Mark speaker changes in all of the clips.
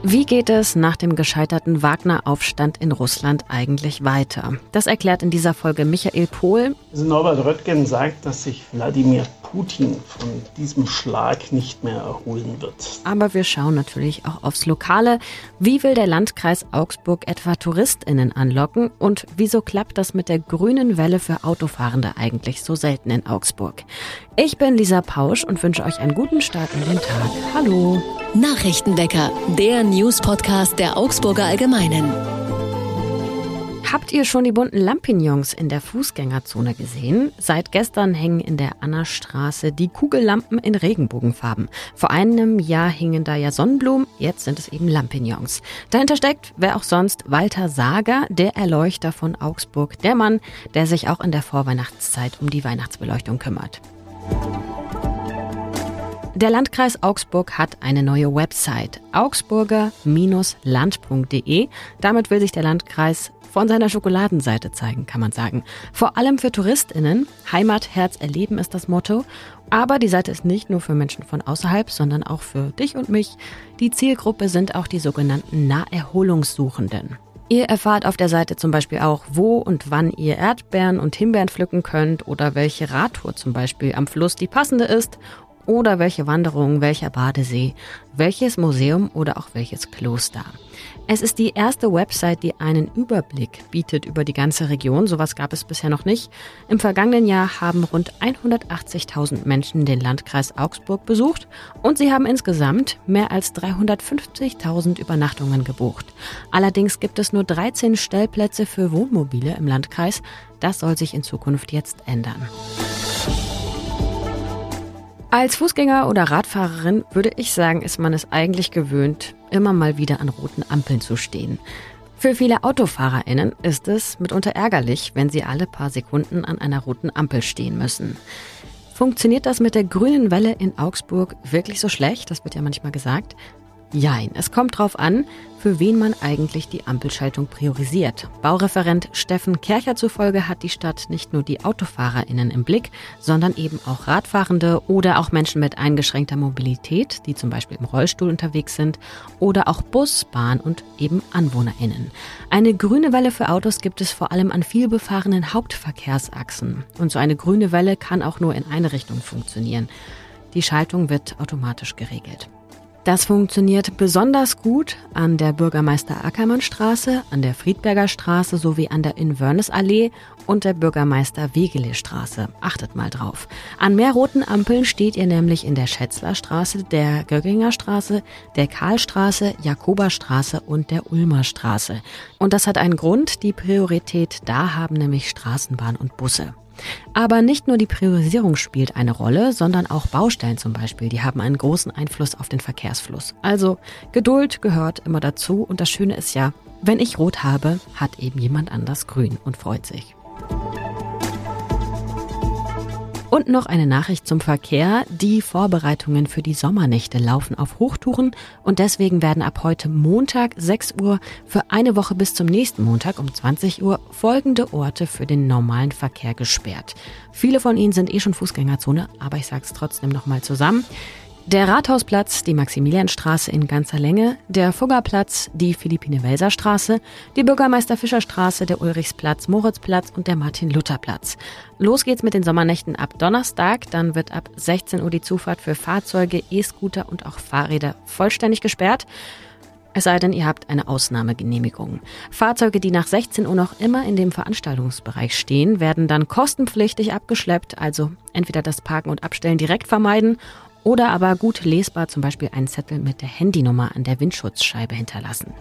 Speaker 1: Wie geht es nach dem gescheiterten Wagner-Aufstand in Russland eigentlich weiter? Das erklärt in dieser Folge Michael Pohl.
Speaker 2: Norbert Röttgen sagt, dass sich Wladimir Putin von diesem Schlag nicht mehr erholen wird.
Speaker 1: Aber wir schauen natürlich auch aufs Lokale. Wie will der Landkreis Augsburg etwa TouristInnen anlocken? Und wieso klappt das mit der grünen Welle für Autofahrende eigentlich so selten in Augsburg? Ich bin Lisa Pausch und wünsche euch einen guten Start in den Tag. Hallo!
Speaker 3: Nachrichtenwecker, der News-Podcast der Augsburger Allgemeinen.
Speaker 1: Habt ihr schon die bunten Lampignons in der Fußgängerzone gesehen? Seit gestern hängen in der Annastraße die Kugellampen in Regenbogenfarben. Vor einem Jahr hingen da ja Sonnenblumen, jetzt sind es eben Lampignons. Dahinter steckt, wer auch sonst, Walter Sager, der Erleuchter von Augsburg, der Mann, der sich auch in der Vorweihnachtszeit um die Weihnachtsbeleuchtung kümmert. Der Landkreis Augsburg hat eine neue Website, augsburger-land.de. Damit will sich der Landkreis von seiner Schokoladenseite zeigen, kann man sagen. Vor allem für TouristInnen. Heimat, Herz, Erleben ist das Motto. Aber die Seite ist nicht nur für Menschen von außerhalb, sondern auch für dich und mich. Die Zielgruppe sind auch die sogenannten Naherholungssuchenden. Ihr erfahrt auf der Seite zum Beispiel auch, wo und wann ihr Erdbeeren und Himbeeren pflücken könnt oder welche Radtour zum Beispiel am Fluss die passende ist. Oder welche Wanderung, welcher Badesee, welches Museum oder auch welches Kloster. Es ist die erste Website, die einen Überblick bietet über die ganze Region. Sowas gab es bisher noch nicht. Im vergangenen Jahr haben rund 180.000 Menschen den Landkreis Augsburg besucht und sie haben insgesamt mehr als 350.000 Übernachtungen gebucht. Allerdings gibt es nur 13 Stellplätze für Wohnmobile im Landkreis. Das soll sich in Zukunft jetzt ändern. Als Fußgänger oder Radfahrerin würde ich sagen, ist man es eigentlich gewöhnt, immer mal wieder an roten Ampeln zu stehen. Für viele AutofahrerInnen ist es mitunter ärgerlich, wenn sie alle paar Sekunden an einer roten Ampel stehen müssen. Funktioniert das mit der grünen Welle in Augsburg wirklich so schlecht? Das wird ja manchmal gesagt. Jein, es kommt drauf an, für wen man eigentlich die Ampelschaltung priorisiert. Baureferent Steffen Kercher zufolge hat die Stadt nicht nur die AutofahrerInnen im Blick, sondern eben auch Radfahrende oder auch Menschen mit eingeschränkter Mobilität, die zum Beispiel im Rollstuhl unterwegs sind, oder auch Bus, Bahn und eben AnwohnerInnen. Eine grüne Welle für Autos gibt es vor allem an vielbefahrenen Hauptverkehrsachsen. Und so eine grüne Welle kann auch nur in eine Richtung funktionieren. Die Schaltung wird automatisch geregelt. Das funktioniert besonders gut an der Bürgermeister-Ackermann-Straße, an der Friedberger Straße sowie an der Inverness-Allee und der Bürgermeister-Wegele-Straße. Achtet mal drauf. An mehr roten Ampeln steht ihr nämlich in der Schätzler-Straße, der Gögginger Straße, der Karlstraße, Jakoberstraße und der Ulmer Straße. Und das hat einen Grund, die Priorität da haben nämlich Straßenbahn und Busse. Aber nicht nur die Priorisierung spielt eine Rolle, sondern auch Baustellen zum Beispiel, die haben einen großen Einfluss auf den Verkehrsfluss. Also Geduld gehört immer dazu und das Schöne ist ja, wenn ich rot habe, hat eben jemand anders grün und freut sich. Und noch eine Nachricht zum Verkehr. Die Vorbereitungen für die Sommernächte laufen auf Hochtouren und deswegen werden ab heute Montag 6 Uhr für eine Woche bis zum nächsten Montag um 20 Uhr folgende Orte für den normalen Verkehr gesperrt. Viele von ihnen sind schon Fußgängerzone, aber ich sage es trotzdem nochmal zusammen. Der Rathausplatz, die Maximilianstraße in ganzer Länge, der Fuggerplatz, die Philippine-Welser-Straße, die Bürgermeister-Fischer-Straße, der Ulrichsplatz, Moritzplatz und der Martin-Luther-Platz. Los geht's mit den Sommernächten ab Donnerstag, dann wird ab 16 Uhr die Zufahrt für Fahrzeuge, E-Scooter und auch Fahrräder vollständig gesperrt. Es sei denn, ihr habt eine Ausnahmegenehmigung. Fahrzeuge, die nach 16 Uhr noch immer in dem Veranstaltungsbereich stehen, werden dann kostenpflichtig abgeschleppt, also entweder das Parken und Abstellen direkt vermeiden oder aber gut lesbar zum Beispiel einen Zettel mit der Handynummer an der Windschutzscheibe hinterlassen.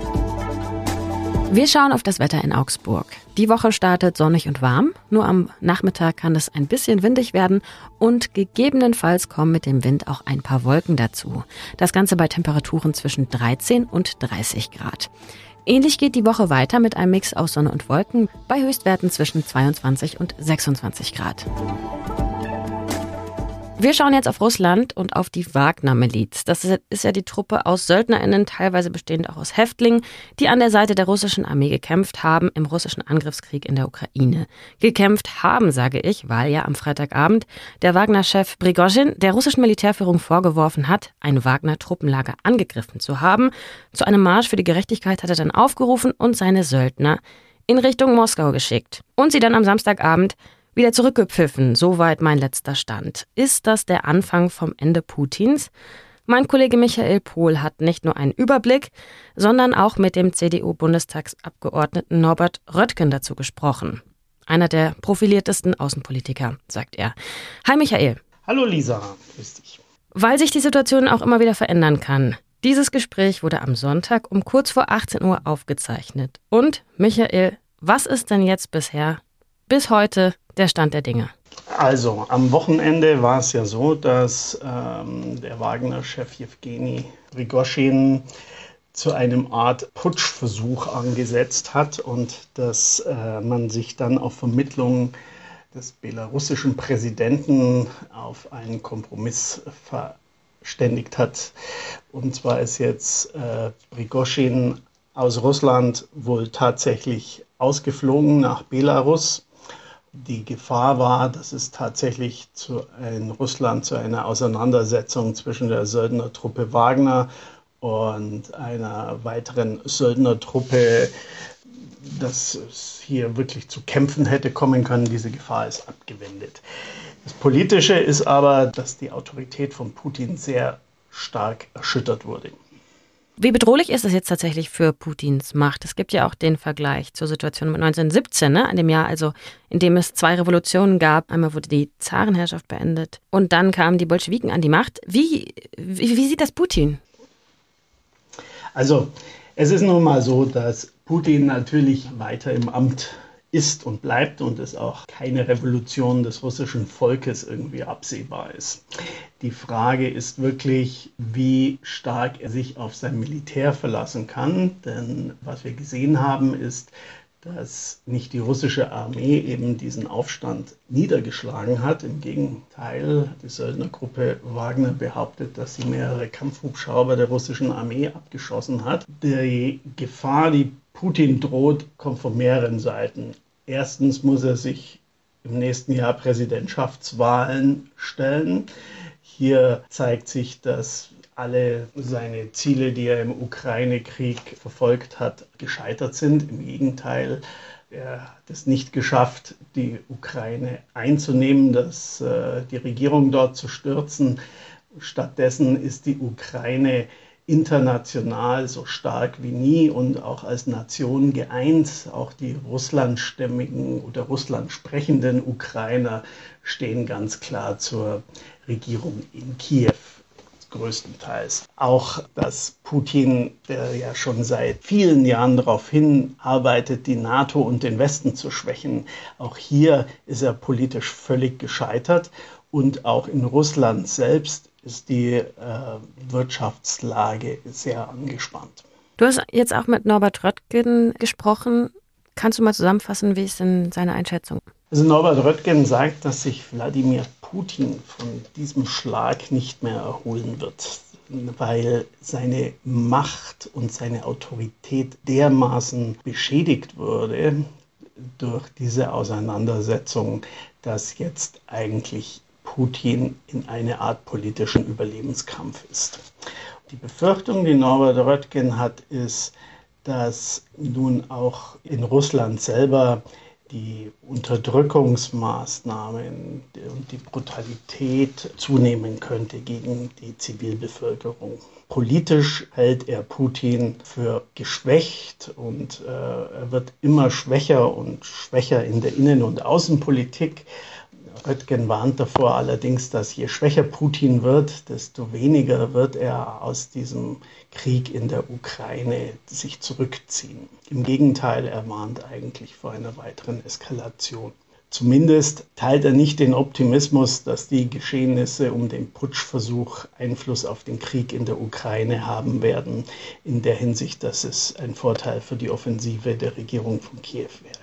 Speaker 1: Wir schauen auf das Wetter in Augsburg. Die Woche startet sonnig und warm, nur am Nachmittag kann es ein bisschen windig werden und gegebenenfalls kommen mit dem Wind auch ein paar Wolken dazu. Das Ganze bei Temperaturen zwischen 13 und 30 Grad. Ähnlich geht die Woche weiter mit einem Mix aus Sonne und Wolken bei Höchstwerten zwischen 22 und 26 Grad. Wir schauen jetzt auf Russland und auf die Wagner-Miliz. Das ist ja die Truppe aus SöldnerInnen, teilweise bestehend auch aus Häftlingen, die an der Seite der russischen Armee gekämpft haben im russischen Angriffskrieg in der Ukraine. Gekämpft haben, sage ich, weil ja am Freitagabend der Wagner-Chef Prigozhin der russischen Militärführung vorgeworfen hat, ein Wagner-Truppenlager angegriffen zu haben. Zu einem Marsch für die Gerechtigkeit hat er dann aufgerufen und seine Söldner in Richtung Moskau geschickt. Und sie dann am Samstagabend wieder zurückgepfiffen, soweit mein letzter Stand. Ist das der Anfang vom Ende Putins? Mein Kollege Michael Pohl hat nicht nur einen Überblick, sondern auch mit dem CDU-Bundestagsabgeordneten Norbert Röttgen dazu gesprochen. Einer der profiliertesten Außenpolitiker, sagt er. Hi Michael.
Speaker 2: Hallo Lisa, grüß dich.
Speaker 1: Weil sich die Situation auch immer wieder verändern kann. Dieses Gespräch wurde am Sonntag um kurz vor 18 Uhr aufgezeichnet. Und Michael, was ist denn jetzt bis heute der Stand der Dinge?
Speaker 2: Also, am Wochenende war es ja so, dass der Wagner-Chef Jewgeni Prigozhin zu einem Art Putschversuch angesetzt hat und dass man sich dann auf Vermittlung des belarussischen Präsidenten auf einen Kompromiss verständigt hat. Und zwar ist jetzt Prigozhin aus Russland wohl tatsächlich ausgeflogen nach Belarus. Die Gefahr war, dass es tatsächlich in Russland zu einer Auseinandersetzung zwischen der Söldnertruppe Wagner und einer weiteren Söldnertruppe, dass es hier wirklich zu Kämpfen hätte kommen können. Diese Gefahr ist abgewendet. Das Politische ist aber, dass die Autorität von Putin sehr stark erschüttert wurde.
Speaker 1: Wie bedrohlich ist es jetzt tatsächlich für Putins Macht? Es gibt ja auch den Vergleich zur Situation mit 1917, an dem Jahr, also in dem es 2 Revolutionen gab. Einmal wurde die Zarenherrschaft beendet und dann kamen die Bolschewiken an die Macht. Wie sieht das Putin?
Speaker 2: Also es ist nun mal so, dass Putin natürlich weiter im Amt ist und bleibt und es auch keine Revolution des russischen Volkes irgendwie absehbar ist. Die Frage ist wirklich, wie stark er sich auf sein Militär verlassen kann. Denn was wir gesehen haben, ist, dass nicht die russische Armee eben diesen Aufstand niedergeschlagen hat. Im Gegenteil, die Söldnergruppe Wagner behauptet, dass sie mehrere Kampfhubschrauber der russischen Armee abgeschossen hat. Die Gefahr, die Putin droht, kommt von mehreren Seiten. Erstens muss er sich im nächsten Jahr Präsidentschaftswahlen stellen. Hier zeigt sich, dass alle seine Ziele, die er im Ukraine-Krieg verfolgt hat, gescheitert sind. Im Gegenteil, er hat es nicht geschafft, die Ukraine einzunehmen, die Regierung dort zu stürzen. Stattdessen ist die Ukraine international so stark wie nie und auch als Nation geeint. Auch die russlandstämmigen oder russland sprechenden Ukrainer stehen ganz klar zur Regierung in Kiew, größtenteils. Auch, dass Putin, der ja schon seit vielen Jahren darauf hinarbeitet, die NATO und den Westen zu schwächen, auch hier ist er politisch völlig gescheitert. Und auch in Russland selbst ist die Wirtschaftslage sehr angespannt.
Speaker 1: Du hast jetzt auch mit Norbert Röttgen gesprochen. Kannst du mal zusammenfassen, wie ist denn seine Einschätzung?
Speaker 2: Also Norbert Röttgen sagt, dass sich Wladimir Putin von diesem Schlag nicht mehr erholen wird, weil seine Macht und seine Autorität dermaßen beschädigt wurde durch diese Auseinandersetzung, dass jetzt eigentlich Putin in eine Art politischen Überlebenskampf ist. Die Befürchtung, die Norbert Röttgen hat, ist, dass nun auch in Russland selber die Unterdrückungsmaßnahmen und die Brutalität zunehmen könnte gegen die Zivilbevölkerung. Politisch hält er Putin für geschwächt und er wird immer schwächer und schwächer in der Innen- und Außenpolitik. Röttgen warnt davor allerdings, dass je schwächer Putin wird, desto weniger wird er aus diesem Krieg in der Ukraine sich zurückziehen. Im Gegenteil, er warnt eigentlich vor einer weiteren Eskalation. Zumindest teilt er nicht den Optimismus, dass die Geschehnisse um den Putschversuch Einfluss auf den Krieg in der Ukraine haben werden, in der Hinsicht, dass es ein Vorteil für die Offensive der Regierung von Kiew wäre.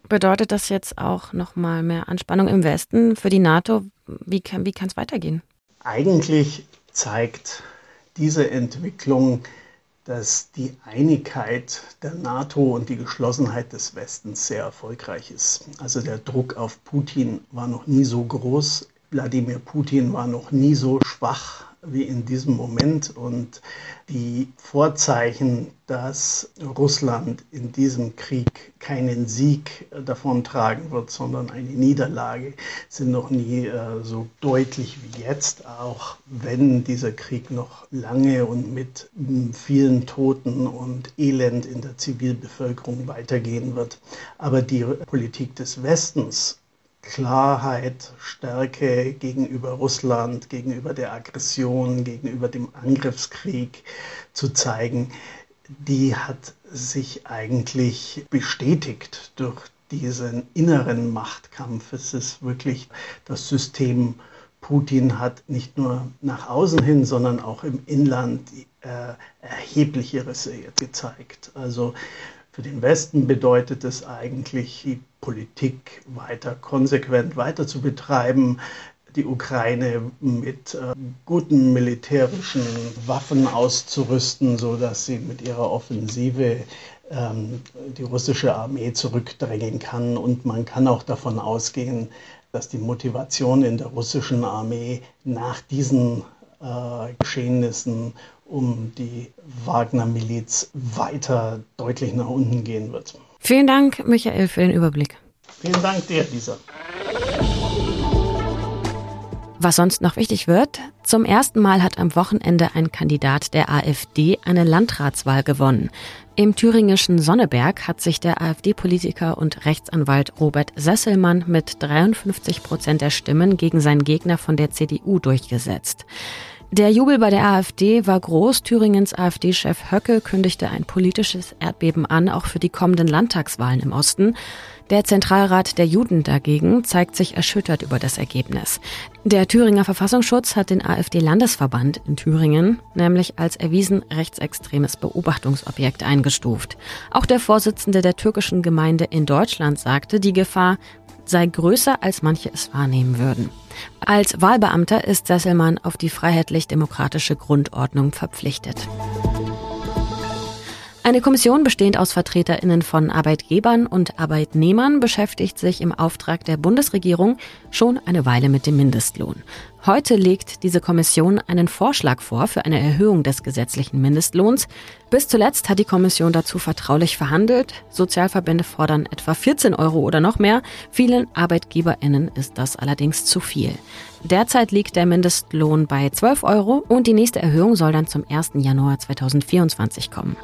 Speaker 1: Bedeutet das jetzt auch nochmal mehr Anspannung im Westen für die NATO? Wie kann es weitergehen?
Speaker 2: Eigentlich zeigt diese Entwicklung, dass die Einigkeit der NATO und die Geschlossenheit des Westens sehr erfolgreich ist. Also der Druck auf Putin war noch nie so groß. Wladimir Putin war noch nie so schwach wie in diesem Moment. Und die Vorzeichen, dass Russland in diesem Krieg keinen Sieg davontragen wird, sondern eine Niederlage, sind noch nie so deutlich wie jetzt, auch wenn dieser Krieg noch lange und mit vielen Toten und Elend in der Zivilbevölkerung weitergehen wird. Aber die Politik des Westens, Klarheit, Stärke gegenüber Russland, gegenüber der Aggression, gegenüber dem Angriffskrieg zu zeigen, die hat sich eigentlich bestätigt durch diesen inneren Machtkampf. Es ist wirklich das System Putin hat nicht nur nach außen hin, sondern auch im Inland erhebliche Risse gezeigt. Also für den Westen bedeutet es eigentlich, die Politik weiter konsequent weiter zu betreiben, die Ukraine mit guten militärischen Waffen auszurüsten, sodass sie mit ihrer Offensive die russische Armee zurückdrängen kann. Und man kann auch davon ausgehen, dass die Motivation in der russischen Armee nach diesen Geschehnissen um die Wagner-Miliz weiter deutlich nach unten gehen wird.
Speaker 1: Vielen Dank, Michael, für den Überblick.
Speaker 2: Vielen Dank dir, Lisa.
Speaker 1: Was sonst noch wichtig wird: Zum ersten Mal hat am Wochenende ein Kandidat der AfD eine Landratswahl gewonnen. Im thüringischen Sonneberg hat sich der AfD-Politiker und Rechtsanwalt Robert Sesselmann mit 53% der Stimmen gegen seinen Gegner von der CDU durchgesetzt. Der Jubel bei der AfD war groß. Thüringens AfD-Chef Höcke kündigte ein politisches Erdbeben an, auch für die kommenden Landtagswahlen im Osten. Der Zentralrat der Juden dagegen zeigt sich erschüttert über das Ergebnis. Der Thüringer Verfassungsschutz hat den AfD-Landesverband in Thüringen nämlich als erwiesen rechtsextremes Beobachtungsobjekt eingestuft. Auch der Vorsitzende der türkischen Gemeinde in Deutschland sagte, die Gefahr sei größer, als manche es wahrnehmen würden. Als Wahlbeamter ist Sesselmann auf die freiheitlich-demokratische Grundordnung verpflichtet. Eine Kommission bestehend aus VertreterInnen von Arbeitgebern und Arbeitnehmern beschäftigt sich im Auftrag der Bundesregierung schon eine Weile mit dem Mindestlohn. Heute legt diese Kommission einen Vorschlag vor für eine Erhöhung des gesetzlichen Mindestlohns. Bis zuletzt hat die Kommission dazu vertraulich verhandelt. Sozialverbände fordern etwa 14 € oder noch mehr. Vielen ArbeitgeberInnen ist das allerdings zu viel. Derzeit liegt der Mindestlohn bei 12 € und die nächste Erhöhung soll dann zum 1. Januar 2024 kommen.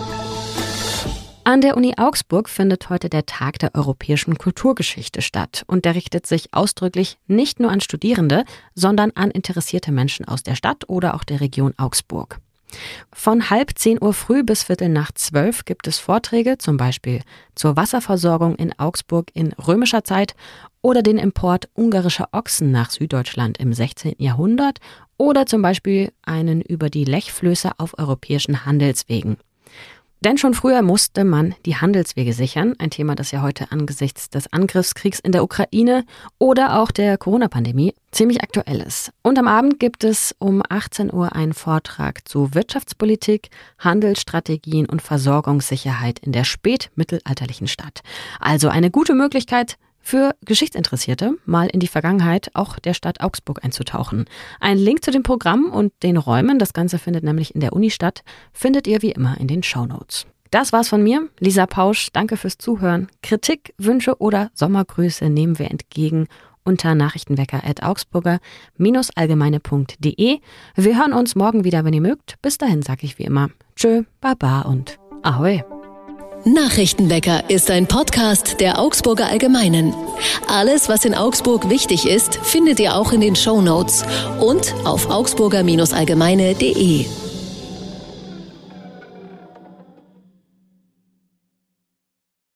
Speaker 1: An der Uni Augsburg findet heute der Tag der europäischen Kulturgeschichte statt und der richtet sich ausdrücklich nicht nur an Studierende, sondern an interessierte Menschen aus der Stadt oder auch der Region Augsburg. Von 9:30 Uhr früh bis 11:45 gibt es Vorträge, zum Beispiel zur Wasserversorgung in Augsburg in römischer Zeit oder den Import ungarischer Ochsen nach Süddeutschland im 16. Jahrhundert oder zum Beispiel einen über die Lechflöße auf europäischen Handelswegen. Denn schon früher musste man die Handelswege sichern, ein Thema, das ja heute angesichts des Angriffskriegs in der Ukraine oder auch der Corona-Pandemie ziemlich aktuell ist. Und am Abend gibt es um 18 Uhr einen Vortrag zu Wirtschaftspolitik, Handelsstrategien und Versorgungssicherheit in der spätmittelalterlichen Stadt. Also eine gute Möglichkeit für Geschichtsinteressierte, mal in die Vergangenheit auch der Stadt Augsburg einzutauchen. Ein Link zu dem Programm und den Räumen, das Ganze findet nämlich in der Uni statt, findet ihr wie immer in den Shownotes. Das war's von mir, Lisa Pausch. Danke fürs Zuhören. Kritik, Wünsche oder Sommergrüße nehmen wir entgegen unter nachrichtenwecker@augsburger-allgemeine.de. Wir hören uns morgen wieder, wenn ihr mögt. Bis dahin sage ich wie immer Tschö, Baba und Ahoi.
Speaker 3: Nachrichtenwecker ist ein Podcast der Augsburger Allgemeinen. Alles, was in Augsburg wichtig ist, findet ihr auch in den Shownotes und auf augsburger-allgemeine.de.